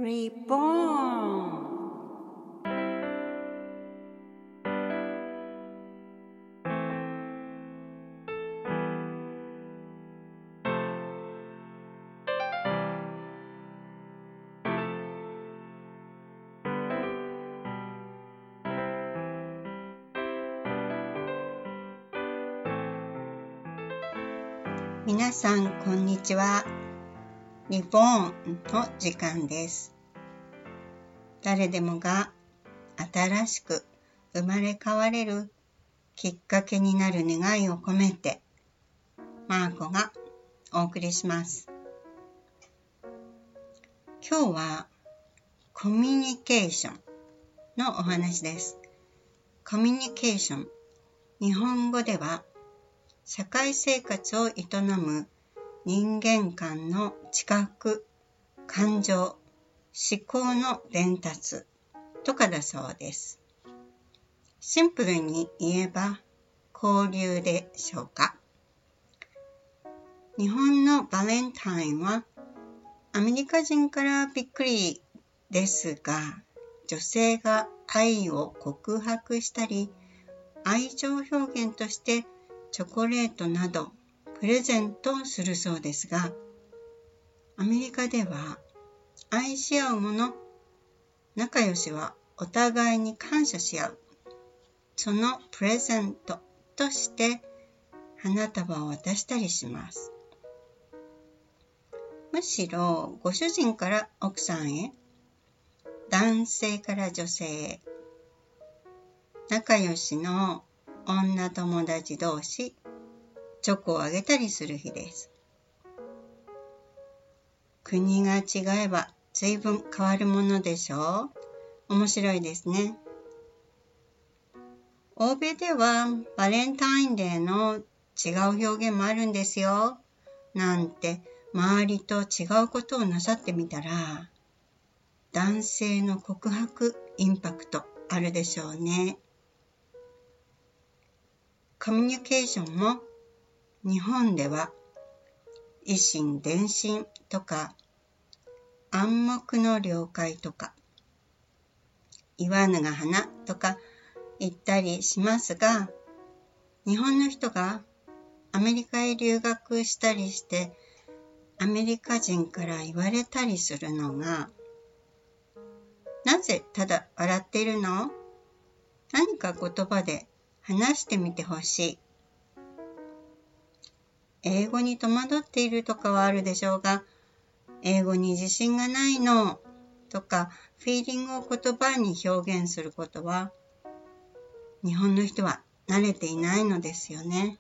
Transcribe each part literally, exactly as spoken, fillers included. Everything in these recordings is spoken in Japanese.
Reborn。皆さんこんにちは。リボーンの時間です。誰でもが新しく生まれ変われるきっかけになる願いを込めて、マーコがお送りします。今日はコミュニケーションのお話です。コミュニケーション、日本語では社会生活を営む人間間の知覚、感情、思考の伝達とかだそうです。シンプルに言えば交流でしょうか。日本のバレンタインはアメリカ人からびっくりですが、女性が愛を告白したり、愛情表現としてチョコレートなどプレゼントをするそうですが、アメリカでは愛し合う者、仲良しはお互いに感謝し合う。そのプレゼントとして花束を渡したりします。むしろご主人から奥さんへ、男性から女性へ、仲良しの女友達同士、チョコをあげたりする日です。国が違えば随分変わるものでしょう。面白いですね。欧米ではバレンタインデーの違う表現もあるんですよ。なんて周りと違うことをなさってみたら、男性の告白、インパクトあるでしょうね。コミュニケーションも日本では以心伝心とか暗黙の了解とか言わぬが花とか言ったりしますが、日本の人がアメリカへ留学したりしてアメリカ人から言われたりするのが、なぜただ笑っているの？何か言葉で話してみてほしい。英語に戸惑っているとかはあるでしょうが、英語に自信がないのとか、フィーリングを言葉に表現することは、日本の人は慣れていないのですよね。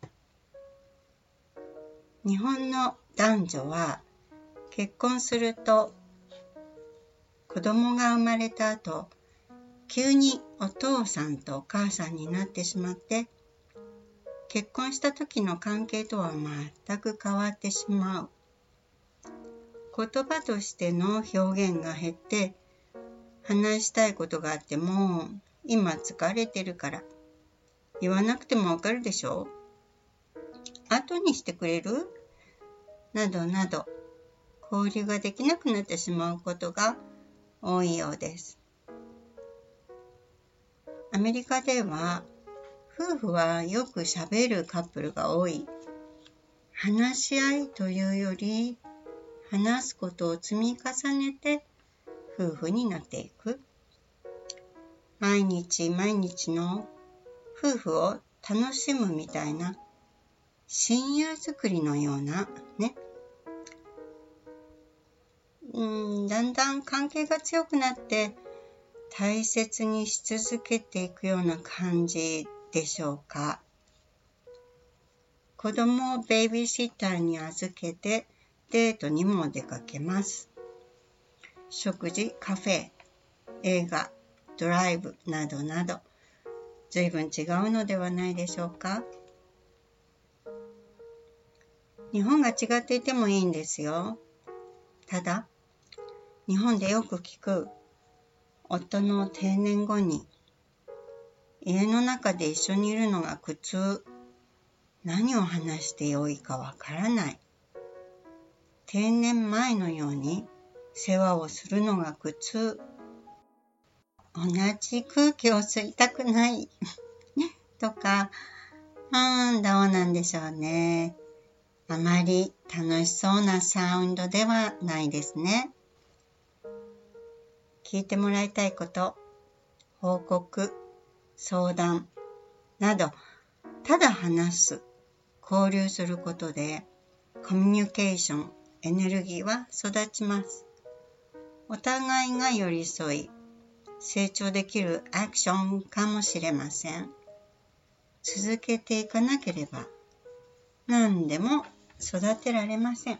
日本の男女は結婚すると、子供が生まれた後、急にお父さんとお母さんになってしまって、結婚した時の関係とは全く変わってしまう。言葉としての表現が減って、話したいことがあっても、今疲れてるから言わなくてもわかるでしょ？後にしてくれる？などなど、交流ができなくなってしまうことが多いようです。アメリカでは夫婦はよく喋るカップルが多い。話し合いというより、話すことを積み重ねて夫婦になっていく。毎日毎日の夫婦を楽しむみたいな親友作りのようなね。うん、だんだん関係が強くなって大切にし続けていくような感じでしょうか。子供をベイビーシッターに預けてデートにも出かけます。食事、カフェ、映画、ドライブなどなど、随分違うのではないでしょうか。日本が違っていてもいいんですよ。ただ、日本でよく聞く夫の定年後に家の中で一緒にいるのが苦痛、何を話してよいかわからない。定年前のように世話をするのが苦痛。同じ空気を吸いたくないとか、うーん、どうなんでしょうね。あまり楽しそうなサウンドではないですね。聞いてもらいたいこと、報告、相談など、ただ話す、交流することで、コミュニケーション、エネルギーは育ちます。お互いが寄り添い、成長できるアクションかもしれません。続けていかなければ、何でも育てられません。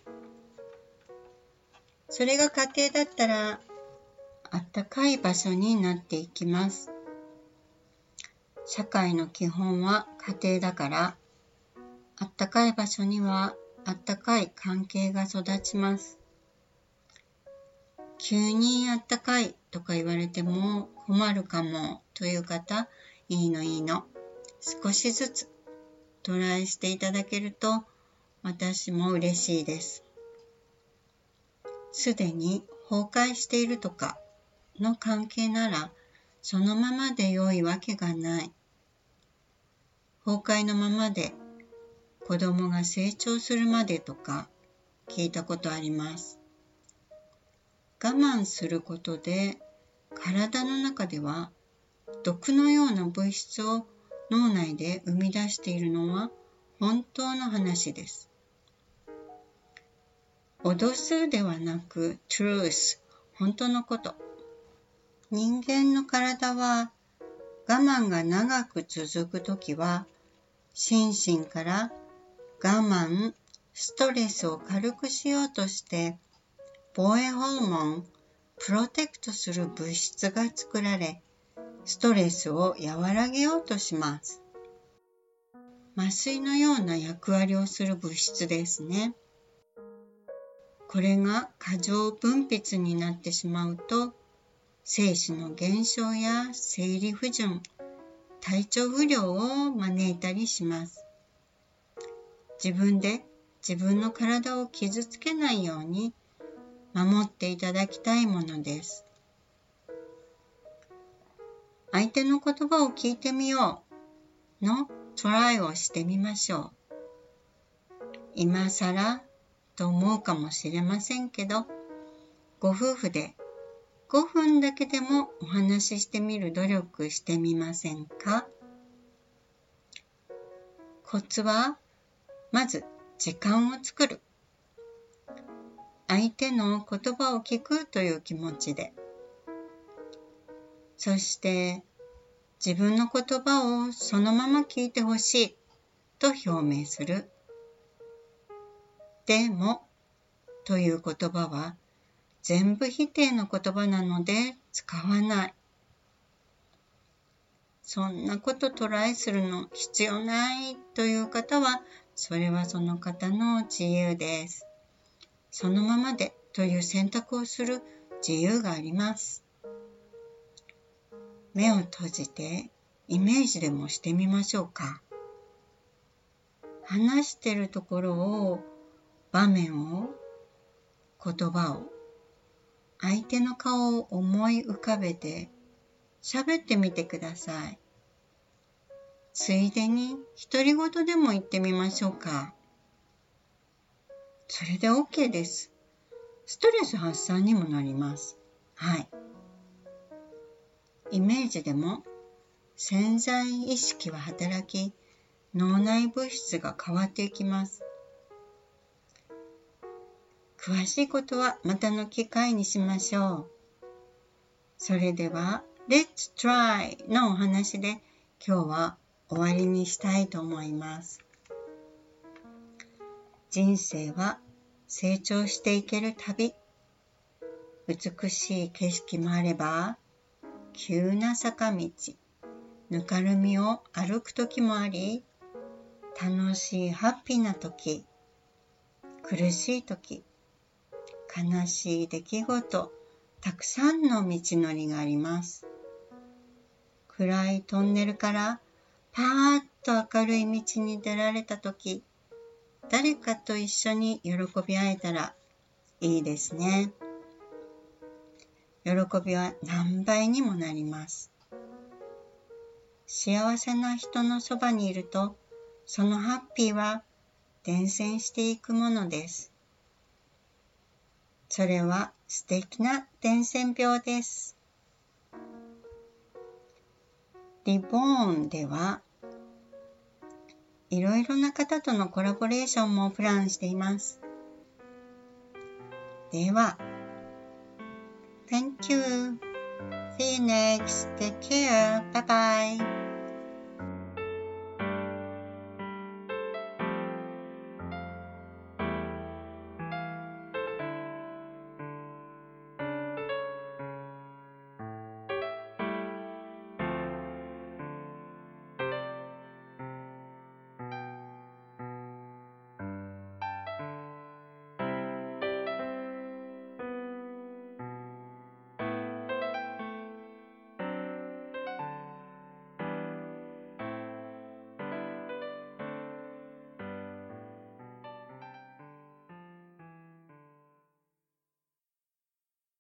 それが家庭だったら、あったかい場所になっていきます。社会の基本は家庭だから、あったかい場所にはあったかい関係が育ちます。急にあったかいとか言われても困るかもという方、いいのいいの。少しずつトライしていただけると私も嬉しいです。すでに崩壊しているとかの関係ならそのままで良いわけがない。崩壊のままで子供が成長するまでとか聞いたことあります。我慢することで体の中では毒のような物質を脳内で生み出しているのは本当の話です。脅すではなく truth、本当のこと。人間の体は我慢が長く続くときは心身から我慢、ストレスを軽くしようとして防衛ホルモン、プロテクトする物質が作られ、ストレスを和らげようとします。麻酔のような役割をする物質ですね。これが過剰分泌になってしまうと、精子の減少や生理不順、体調不良を招いたりします。自分で自分の体を傷つけないように守っていただきたいものです。相手の言葉を聞いてみようのトライをしてみましょう。今更と思うかもしれませんけど、ご夫婦でごふんだけでもお話ししてみる努力してみませんか？コツは、まず時間を作る。相手の言葉を聞くという気持ちで。そして自分の言葉をそのまま聞いてほしいと表明する。でもという言葉は全部否定の言葉なので使わない。そんなことトライするの必要ないという方は、それはその方の自由です。そのままでという選択をする自由があります。目を閉じてイメージでもしてみましょうか。話しているところを、場面を、言葉を、相手の顔を思い浮かべて喋ってみてください。ついでに独り言でも言ってみましょうか。それで OK です。ストレス発散にもなります。はい。イメージでも潜在意識は働き、脳内物質が変わっていきます。詳しいことはまたの機会にしましょう。それでは、Let's Try のお話で今日は終わりにしたいと思います。人生は成長していける旅。美しい景色もあれば、急な坂道、ぬかるみを歩く時もあり、楽しいハッピーな時、苦しい時、悲しい出来事、たくさんの道のりがあります。暗いトンネルからパーッと明るい道に出られた時、誰かと一緒に喜び合えたらいいですね。 喜びは何倍にもなります。幸せな人のそばにいると、そのハッピーは伝染していくものです。それは素敵な伝染病です。リボーンではいろいろな方とのコラボレーションもプランしています。では、Thank you. See you next. Take care. Bye bye.